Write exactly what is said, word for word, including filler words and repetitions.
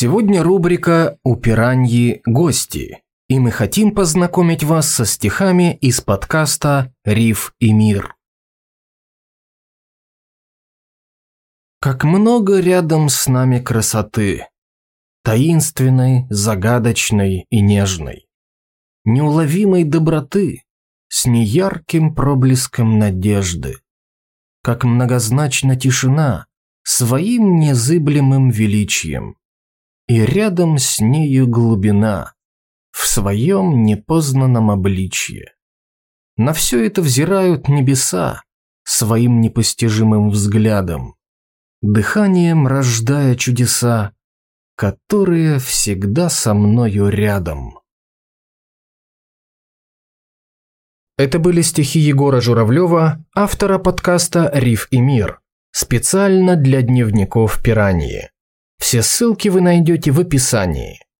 Сегодня рубрика «У пираньи гости», и мы хотим познакомить вас со стихами из подкаста «Риф и мир». Как много рядом с нами красоты, таинственной, загадочной и нежной, неуловимой доброты, с неярким проблеском надежды. Как многозначна тишина своим незыблемым величием, и рядом с нею глубина в своем непознанном обличье. На все это взирают небеса своим непостижимым взглядом, дыханием рождая чудеса, которые всегда со мною рядом. Это были стихи Егора Журавлева, автора подкаста «Риф и мир», специально для дневников пираньи. Все ссылки вы найдете в описании.